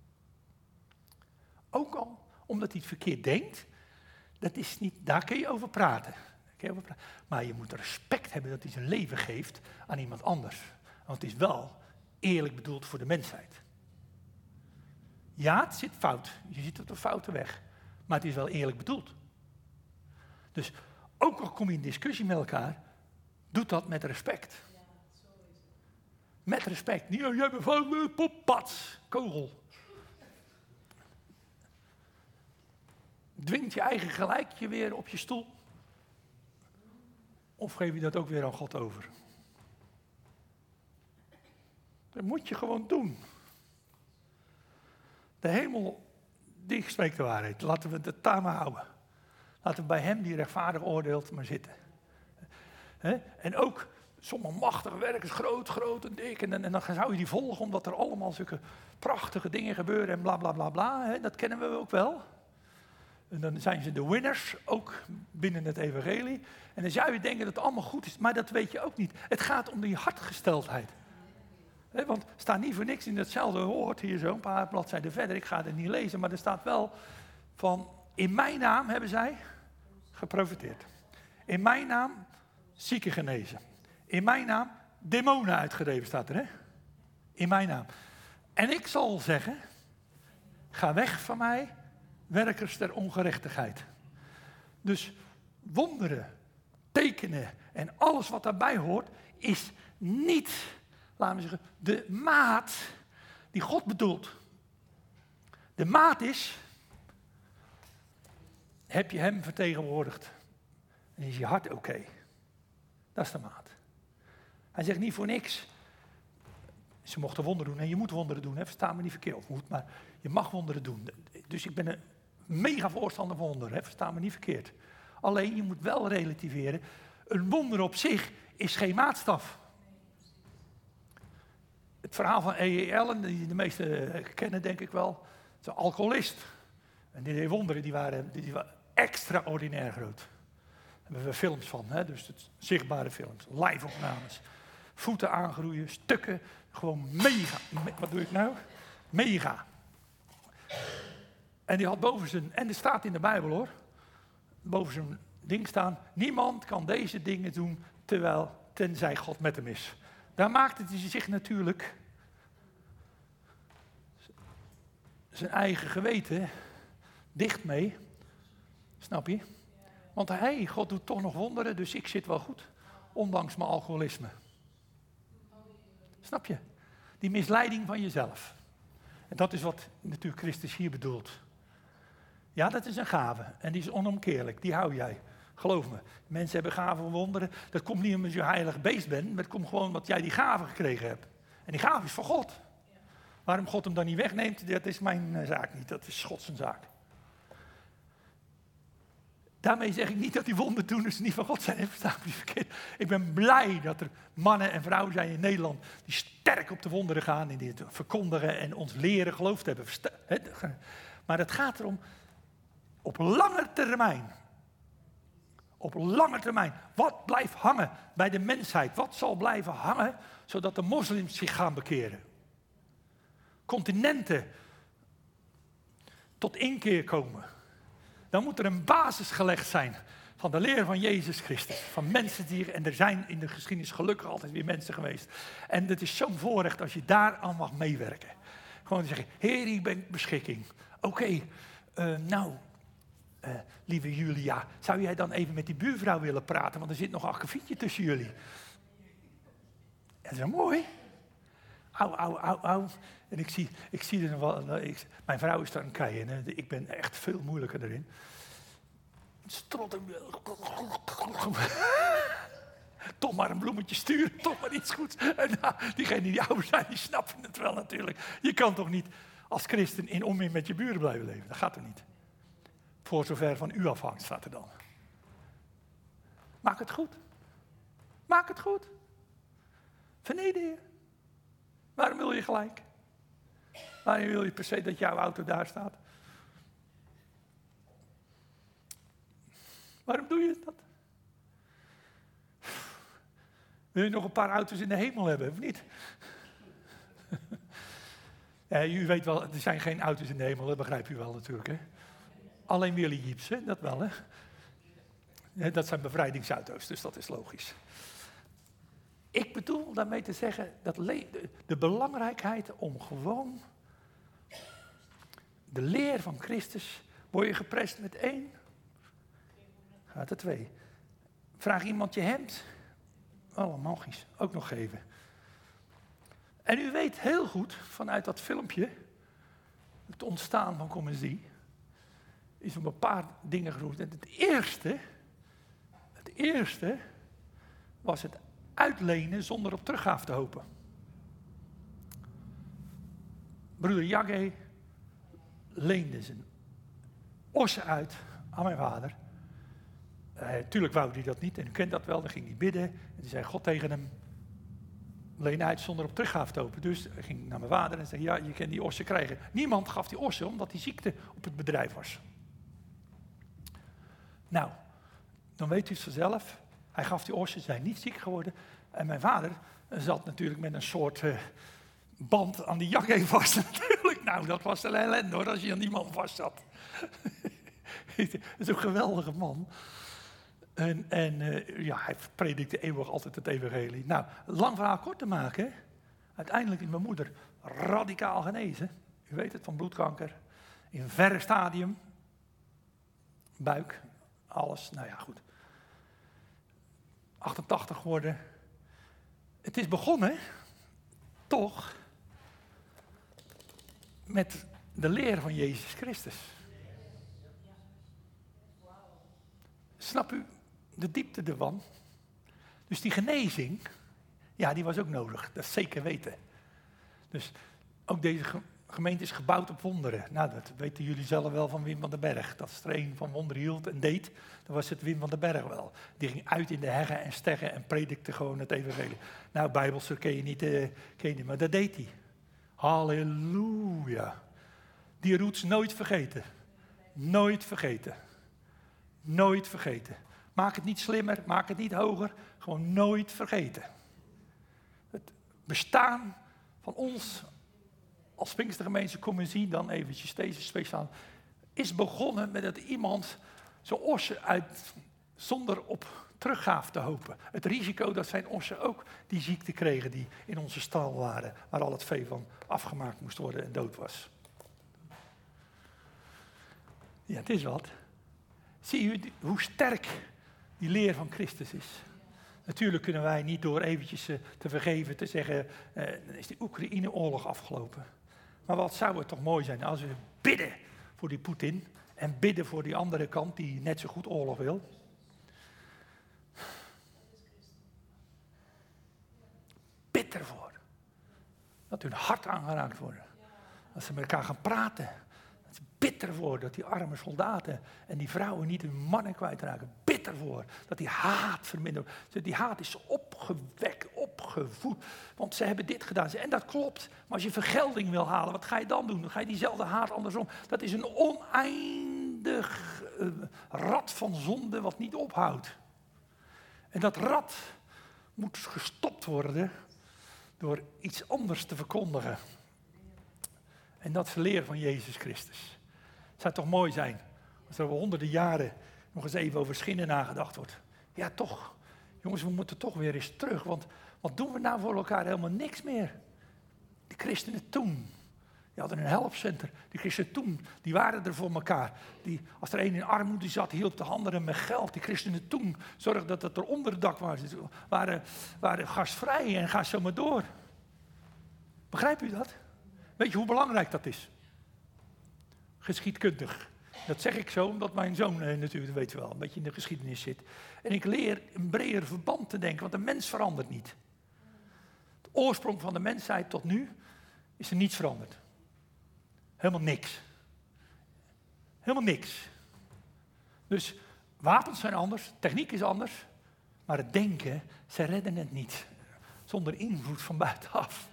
Ook al omdat hij het verkeerd denkt, dat is niet, daar kun je over praten. Daar kun je over praten. Maar je moet respect hebben dat hij zijn leven geeft aan iemand anders. Want het is wel eerlijk bedoeld voor de mensheid. Ja, het zit fout. Je zit op de foute weg. Maar het is wel eerlijk bedoeld. Dus ook al kom je in discussie met elkaar, doe dat met respect. Met respect. Niet, oh, jij bent fout, poppats, kogel. Dwingt je eigen gelijkje weer op je stoel? Of geef je dat ook weer aan God over? Dat moet je gewoon doen. De hemel, die spreekt de waarheid. Laten we het daar maar houden. Laten we bij hem die rechtvaardig oordeelt maar zitten. He? En ook sommige machtige werkers, groot, groot en dik. En, en dan zou je die volgen omdat er allemaal zulke prachtige dingen gebeuren en bla bla bla bla. He? Dat kennen we ook wel. En dan zijn ze de winners, ook binnen het evangelie. En dan zou je denken dat het allemaal goed is, maar dat weet je ook niet. Het gaat om die hartgesteldheid. He, want er staat niet voor niks in hetzelfde woord, hier zo een paar bladzijden verder. Ik ga het niet lezen, maar er staat wel van, in mijn naam hebben zij geprofiteerd. In mijn naam zieken genezen. In mijn naam demonen uitgedreven, staat er, hè? In mijn naam. En ik zal zeggen, ga weg van mij, werkers der ongerechtigheid. Dus wonderen, tekenen en alles wat daarbij hoort, is niet, laten we zeggen, de maat die God bedoelt. De maat is, heb je hem vertegenwoordigd en is je hart oké? Okay? Dat is de maat. Hij zegt niet voor niks, ze mochten wonderen doen en je moet wonderen doen, hè? Versta me niet verkeerd, of moet, maar je mag wonderen doen. Dus ik ben een mega voorstander van wonderen, hè? Versta me niet verkeerd. Alleen je moet wel relativeren, een wonder op zich is geen maatstaf. Het verhaal van E E Allen, die de meesten kennen denk ik wel, het is een alcoholist. En die wonderen die waren, die waren extraordinair groot. Daar hebben we films van, hè? Dus het, zichtbare films, live opnames. Voeten aangroeien, stukken, gewoon mega. Me, wat doe ik nou? Mega. En die had boven zijn, en er staat in de Bijbel hoor, boven zijn ding staan, niemand kan deze dingen doen terwijl, tenzij God met hem is. Daar maakte hij zich natuurlijk zijn eigen geweten dicht mee. Snap je? Want hij, God doet toch nog wonderen, dus ik zit wel goed. Ondanks mijn alcoholisme. Snap je? Die misleiding van jezelf. En dat is wat natuurlijk Christus hier bedoelt. Ja, dat is een gave. En die is onomkeerlijk. Die hou jij. Geloof me. Mensen hebben gaven van wonderen. Dat komt niet omdat je een heilig beest bent. Maar het komt gewoon omdat jij die gave gekregen hebt. En die gave is van God. Waarom God hem dan niet wegneemt, dat is mijn uh, zaak niet. Dat is Gods zaak. Daarmee zeg ik niet dat die wonderdoeners niet van God zijn. He, versta me niet verkeerd. Ik ben blij dat er mannen en vrouwen zijn in Nederland die sterk op de wonderen gaan en die het verkondigen en ons leren geloofd hebben. Maar het gaat erom, op lange termijn, Op lange termijn. Wat blijft hangen bij de mensheid? Wat zal blijven hangen zodat de moslims zich gaan bekeren? Continenten tot inkeer komen. Dan moet er een basis gelegd zijn van de leer van Jezus Christus. Van mensen die, en er zijn in de geschiedenis gelukkig altijd weer mensen geweest. En het is zo'n voorrecht als je daar aan mag meewerken. Gewoon te zeggen, Heer, ik ben beschikking. Oké, okay, uh, nou, uh, lieve Julia, zou jij dan even met die buurvrouw willen praten? Want er zit nog een akkefietje tussen jullie. Dat is wel mooi. Au, au, au, au. En ik zie, ik zie er wel, ik, mijn vrouw is daar een kei in. Hè. Ik ben echt veel moeilijker erin. Strotten. Toch maar een bloemetje sturen, toch maar iets goeds. En nou, diegenen die ouder zijn, die snappen het wel natuurlijk. Je kan toch niet als christen in onmin met je buren blijven leven? Dat gaat toch niet? Voor zover van u afhangt, staat er dan. Maak het goed. Maak het goed. Verneder je. Waarom wil je gelijk? Waarom wil je per se dat jouw auto daar staat? Waarom doe je dat? Wil je nog een paar auto's in de hemel hebben, of niet? Ja, u weet wel, er zijn geen auto's in de hemel, dat begrijpt u wel natuurlijk. Hè? Alleen Willy Jeeps, hè? Dat wel, hè? Ja, dat zijn bevrijdingsauto's, dus dat is logisch. Ik bedoel daarmee te zeggen, dat le- de, de belangrijkheid om gewoon de leer van Christus, word je geprest met één, gaat er twee. Vraag iemand je hemd, oh magisch, ook nog geven. En u weet heel goed, vanuit dat filmpje, het ontstaan van Kom en Zie, is op een paar dingen geroepen. En het eerste, het eerste was het uitlenen zonder op teruggaaf te hopen. Broeder Jagge leende zijn ossen uit aan mijn vader. Uh, tuurlijk wou hij dat niet en u kent dat wel, dan ging hij bidden. En die zei God tegen hem, leen uit zonder op teruggaaf te hopen. Dus hij ging naar mijn vader en zei, ja, je kan die ossen krijgen. Niemand gaf die ossen omdat die ziekte op het bedrijf was. Nou, dan weet u het vanzelf. Hij gaf die ossen, ze zijn niet ziek geworden. En mijn vader zat natuurlijk met een soort uh, band aan die jak heen vast natuurlijk. Nou, dat was een ellende hoor, als je aan die man vast zat. Het is een geweldige man. En, en uh, ja, hij predikte eeuwig altijd het evangelie. Nou, lang verhaal kort te maken. Uiteindelijk is mijn moeder radicaal genezen. U weet het, van bloedkanker. In een verre stadium. Buik, alles, nou ja, goed. achtentachtig geworden. Het is begonnen, toch, met de leer van Jezus Christus. Snap u de diepte ervan? Dus die genezing, ja, die was ook nodig. Dat is zeker weten. Dus ook deze gemeente is gebouwd op wonderen. Nou, dat weten jullie zelf wel van Wim van den Berg. Dat er een van wonderen hield en deed, dan was het Wim van den Berg wel. Die ging uit in de heggen en steggen en predikte gewoon het evangelie. Nou, Bijbelser ken je niet, uh, ken je niet, maar dat deed hij. Halleluja. Die roots nooit vergeten. Nooit vergeten. Nooit vergeten. Maak het niet slimmer, maak het niet hoger. Gewoon nooit vergeten. Het bestaan van ons als Pinkstergemeente Kom en Zie, dan eventjes deze speciaal, is begonnen met dat iemand zijn ossen uit, zonder op teruggaaf te hopen. Het risico dat zijn ossen ook die ziekte kregen die in onze stal waren, waar al het vee van afgemaakt moest worden en dood was. Ja, het is wat. Zie u hoe sterk die leer van Christus is? Natuurlijk kunnen wij niet door eventjes uh, te vergeven, te zeggen, uh, dan is de Oekraïne-oorlog afgelopen. Maar wat zou het toch mooi zijn als we bidden voor die Poetin en bidden voor die andere kant die net zo goed oorlog wil. Bid ervoor. Dat hun hart aangeraakt wordt. Dat ze met elkaar gaan praten. Bid ervoor dat die arme soldaten en die vrouwen niet hun mannen kwijtraken. Bid ervoor dat die haat vermindert. Die haat is opgewekt, opgevoed. Want ze hebben dit gedaan. En dat klopt. Maar als je vergelding wil halen, wat ga je dan doen? Dan ga je diezelfde haat andersom. Dat is een oneindige eindig uh, rad van zonde wat niet ophoudt. En dat rad moet gestopt worden door iets anders te verkondigen. En dat is de leer van Jezus Christus. Het zou toch mooi zijn als er over honderden jaren nog eens even over schinnen nagedacht wordt. Ja, toch. Jongens, we moeten toch weer eens terug. Want wat doen we nou voor elkaar? Helemaal niks meer. De christenen toen, die hadden een helpcenter. Die christenen toen, die waren er voor elkaar. Die, als er een in armoede zat, hielp de anderen met geld. Die christenen toen zorgden dat het er onderdak was. Ze waren, waren gastvrij en ga zo maar door. Begrijpt u dat? Weet je hoe belangrijk dat is? Geschiedkundig. Dat zeg ik zo, omdat mijn zoon eh, natuurlijk, weet je wel, een beetje in de geschiedenis zit. En ik leer een breder verband te denken, want de mens verandert niet. De oorsprong van de mensheid tot nu is er niets veranderd. Helemaal niks. Helemaal niks. Dus wapens zijn anders, techniek is anders, maar het denken, ze redden het niet. Zonder invloed van buitenaf.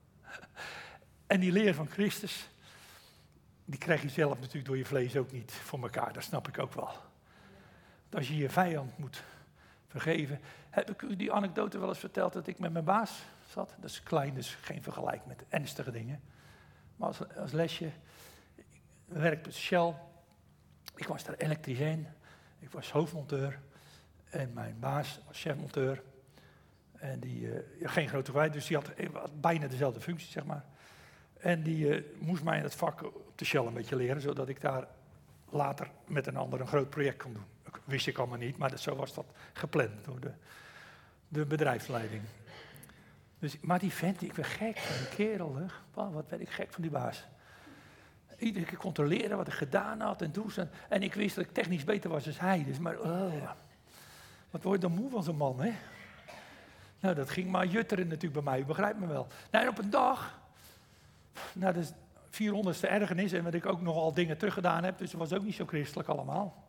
En die leer van Christus, die krijg je zelf natuurlijk door je vlees ook niet voor elkaar. Dat snap ik ook wel. Want als je je vijand moet vergeven. Heb ik u die anekdote wel eens verteld dat ik met mijn baas zat? Dat is klein, dus geen vergelijk met ernstige dingen. Maar als, als lesje, we werkten bij Shell. Ik was daar elektricien. Ik was hoofdmonteur. En mijn baas was chefmonteur. En die, uh, ja, geen grote wijd, dus die had, had bijna dezelfde functie, zeg maar. En die uh, moest mij in het vak op de Shell een beetje leren, zodat ik daar later met een ander een groot project kon doen. Dat wist ik allemaal niet, maar dat, zo was dat gepland door de, de bedrijfsleiding. Dus, maar die vent, ik ben gek van die kerel. Hè. Wow, wat ben ik gek van die baas. Iedere keer controleren wat ik gedaan had en doen. En ik wist dat ik technisch beter was dan hij. Dus maar, oh, wat word je dan moe van zo'n man, hè? Nou, dat ging maar jutteren natuurlijk bij mij, u begrijpt me wel. Nou, en op een dag, nou, dat is vierhonderdste ergernis en wat ik ook nogal dingen teruggedaan heb, dus het was ook niet zo christelijk allemaal.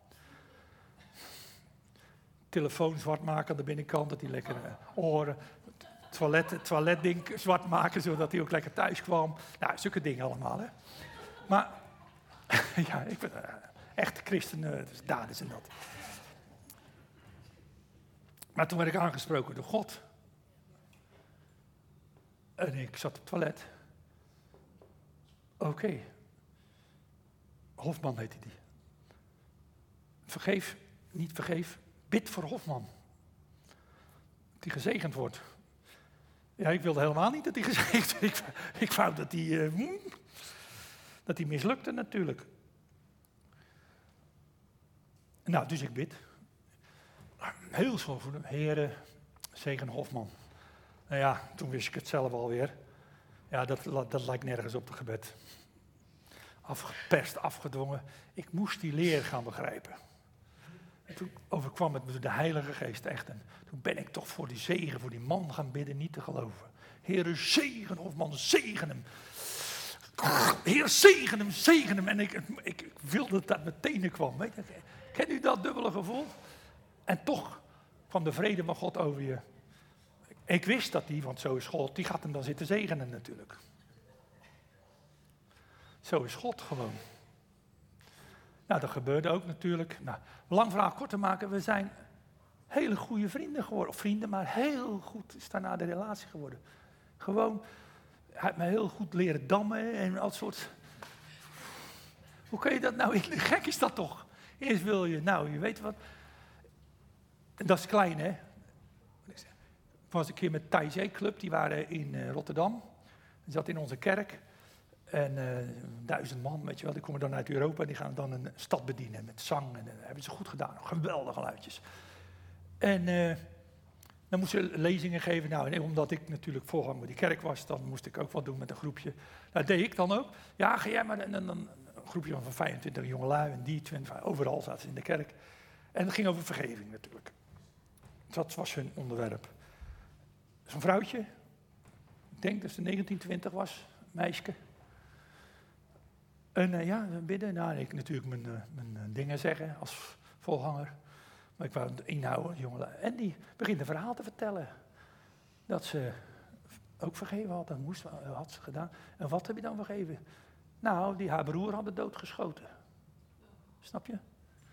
Telefoon zwart maken aan de binnenkant, dat hij lekker uh, oren, toilet, toiletding zwart maken, zodat hij ook lekker thuis kwam. Nou, zulke dingen allemaal, hè. Maar, ja, ik ben uh, echt christen, uh, dus daar is en dat. Maar toen werd ik aangesproken door God. En ik zat op het toilet. Oké. Okay. Hofman heette die. Vergeef, niet vergeef, bid voor Hofman. Dat hij gezegend wordt. Ja, ik wilde helemaal niet dat hij gezegend werd. Ik, ik wou dat hij, uh, dat hij mislukte natuurlijk. Nou, dus ik bid. Heel zo voor hem. Heren, zegen Hofman. Nou ja, toen wist ik het zelf alweer. Ja, dat, dat lijkt nergens op het gebed. Afgeperst, afgedwongen. Ik moest die leer gaan begrijpen. En toen overkwam het me door de Heilige Geest echt. En toen ben ik toch voor die zegen, voor die man gaan bidden, niet te geloven. Heere, zegen Hofman, zegen hem. Heer, zegen hem, zegen hem. En ik, ik, ik wilde dat dat mijn tenen kwam. Weet je? Ken u dat dubbele gevoel? En toch kwam de vrede van God over je. Ik wist dat die, want zo is God, die gaat hem dan zitten zegenen natuurlijk. Zo is God gewoon. Nou, dat gebeurde ook natuurlijk. Nou, lang verhaal kort te maken, we zijn hele goede vrienden geworden. Of vrienden, maar heel goed is daarna de relatie geworden. Gewoon, hij heeft me heel goed leren dammen en al soort. Hoe kun je dat nou? Gek is dat toch? Eerst wil je, nou, je weet wat. Dat is klein, hè? Ik was een keer met Taizé Club, die waren in uh, Rotterdam. Die zat in onze kerk. En uh, duizend man, weet je wel, die komen dan uit Europa. Die gaan dan een stad bedienen met zang. En dat uh, hebben ze goed gedaan. Geweldige geluidjes. En uh, dan moesten ze lezingen geven. Nou, en omdat ik natuurlijk voorganger bij die kerk was, dan moest ik ook wat doen met een groepje. Nou, dat deed ik dan ook. Ja, ga jij maar. En dan een groepje van vijfentwintig jongelui en die, twintig, overal zaten ze in de kerk. En het ging over vergeving natuurlijk. Dat was hun onderwerp. Zo'n vrouwtje, ik denk dat ze negentien, twintig was, meisje. En uh, ja, bidden. Nou, ik natuurlijk mijn, uh, mijn uh, dingen zeggen als voorganger. Maar ik wou het inhouden, jongen. En die begint een verhaal te vertellen. Dat ze ook vergeven had, dat moest, uh, had ze gedaan. En wat heb je dan vergeven? Nou, die haar broer hadden doodgeschoten. Snap je?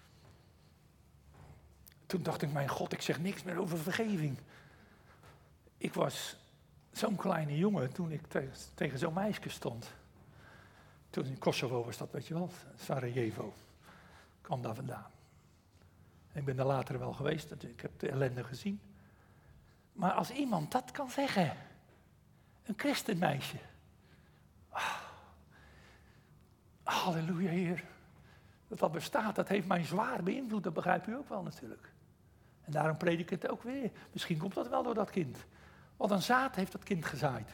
Toen dacht ik, mijn God, ik zeg niks meer over vergeving. Ik was zo'n kleine jongen toen ik tegen, tegen zo'n meisje stond. Toen in Kosovo was dat, weet je wel, Sarajevo. Ik kwam daar vandaan. Ik ben daar later wel geweest, ik heb de ellende gezien. Maar als iemand dat kan zeggen, een christenmeisje. Oh, halleluja, Heer. Dat dat bestaat, dat heeft mij zwaar beïnvloed, dat begrijpt u ook wel natuurlijk. En daarom predik ik het ook weer. Misschien komt dat wel door dat kind. Wat een zaad heeft dat kind gezaaid.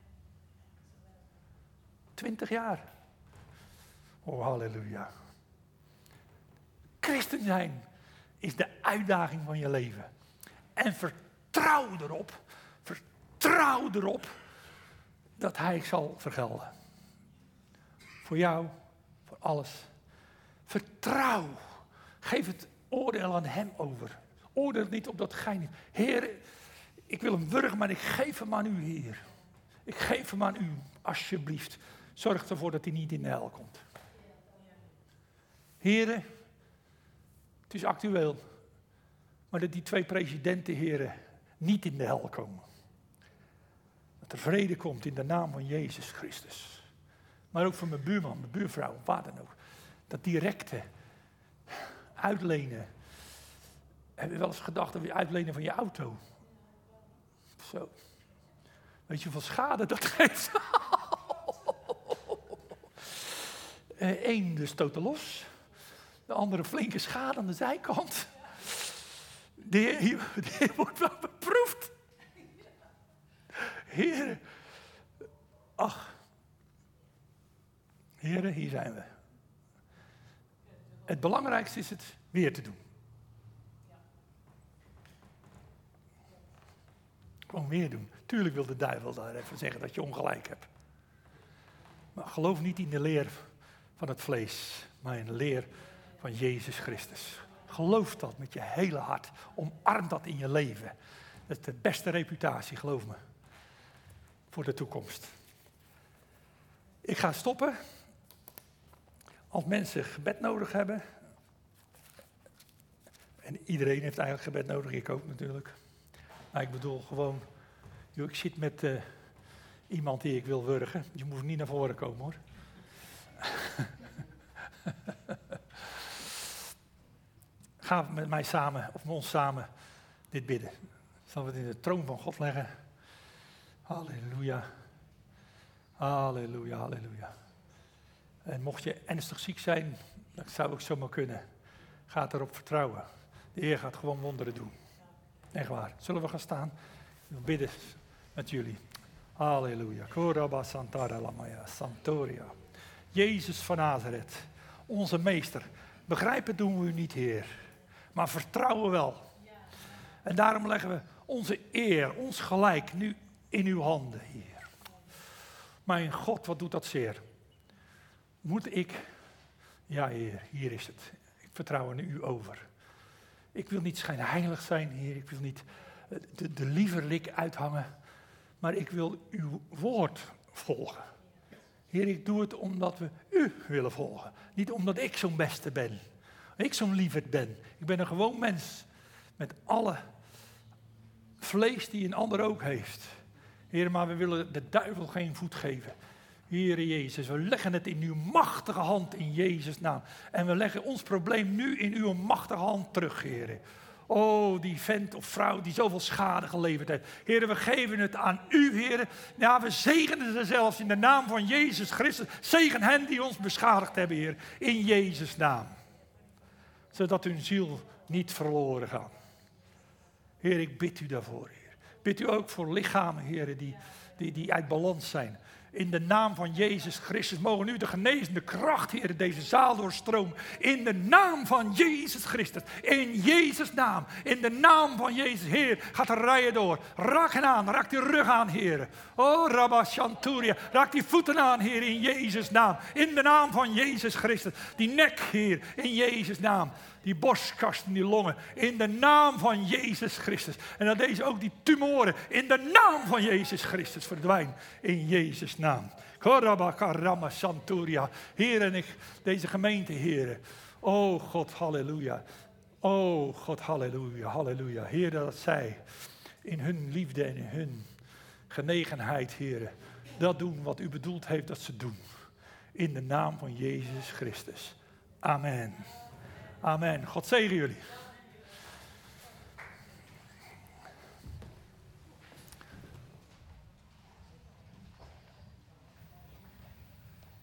Twintig jaar. Oh, halleluja. Christen zijn is de uitdaging van je leven. En vertrouw erop, vertrouw erop dat hij zal vergelden. Voor jou, voor alles. Vertrouw. Geef het oordeel aan hem over. Oordeel niet op dat gij niet. Heer, ik wil hem wurgen, maar ik geef hem aan u, Heer. Ik geef hem aan u, alsjeblieft. Zorg ervoor dat hij niet in de hel komt. Heren, het is actueel, maar dat die twee presidenten, heren, niet in de hel komen. Dat er vrede komt in de naam van Jezus Christus. Maar ook voor mijn buurman, mijn buurvrouw, waar dan ook. Dat directe uitlenen. Heb je wel eens gedacht dat we uitlenen van je auto? Zo. Weet je hoeveel schade dat geeft? Eén dus totaal los. De andere flinke schade aan de zijkant. De Heer, de Heer wordt wel beproefd. Heren. Ach. Heren, hier zijn we. Het belangrijkste is het weer te doen. Gewoon weer doen. Tuurlijk wil de duivel daar even zeggen dat je ongelijk hebt. Maar geloof niet in de leer van het vlees, maar in de leer van Jezus Christus. Geloof dat met je hele hart. Omarm dat in je leven. Dat is de beste reputatie, geloof me. Voor de toekomst. Ik ga stoppen. Als mensen gebed nodig hebben. En iedereen heeft eigenlijk gebed nodig, ik ook natuurlijk. Maar ik bedoel gewoon, joh, ik zit met uh, iemand die ik wil wurgen. Je moet niet naar voren komen hoor. Ga met mij samen, of met ons samen, dit bidden. Zullen we het in de troon van God leggen? Halleluja. Halleluja, halleluja. En mocht je ernstig ziek zijn, dat zou ook zomaar kunnen. Ga erop vertrouwen. De Heer gaat gewoon wonderen doen. Echt waar. Zullen we gaan staan? We bidden met jullie. Halleluja. Koraba Santara Lamaya Santoria. Jezus van Nazareth, onze meester. Begrijpen doen we u niet, Heer. Maar vertrouwen wel. En daarom leggen we onze eer, ons gelijk nu in uw handen, Heer. Mijn God, wat doet dat zeer. Moet ik... Ja, Heer, hier is het. Ik vertrouw aan u over. Ik wil niet schijnheilig zijn, Heer. Ik wil niet de, de lieverlik uithangen. Maar ik wil uw woord volgen. Heer, ik doe het omdat we u willen volgen. Niet omdat ik zo'n beste ben. Ik zo'n lieverd ben. Ik ben een gewoon mens. Met alle vlees die een ander ook heeft. Heer, maar we willen de duivel geen voet geven. Heere Jezus, we leggen het in uw machtige hand in Jezus' naam. En we leggen ons probleem nu in uw machtige hand terug, Heere. Oh, die vent of vrouw die zoveel schade geleverd heeft. Heere, we geven het aan u, Heere. Ja, we zegenen ze zelfs in de naam van Jezus Christus. Zegen hen die ons beschadigd hebben, Heer. In Jezus' naam. Zodat hun ziel niet verloren gaat. Heer, ik bid u daarvoor, Heer. Bid u ook voor lichamen, Heer, die, die, die uit balans zijn. In de naam van Jezus Christus mogen nu de genezende kracht, Heer, deze zaal doorstromen. In de naam van Jezus Christus. In Jezus' naam. In de naam van Jezus. Heer, gaat de rijen door. Raak hen aan. Raak die rug aan, Heer. Oh, Rabba Shanturia. Raak die voeten aan, Heer, in Jezus' naam. In de naam van Jezus Christus. Die nek, Heer, in Jezus' naam. Die borstkasten, die longen, in de naam van Jezus Christus. En dat deze ook die tumoren, in de naam van Jezus Christus verdwijnen. In Jezus' naam. Korabaka Rama Santuria. Heer en ik, deze gemeente, Heer. Oh God, halleluja. Oh God, halleluja, halleluja. Heer, dat zij in hun liefde en in hun genegenheid, Heer, dat doen wat u bedoeld heeft dat ze doen. In de naam van Jezus Christus. Amen. Amen. God zegen jullie.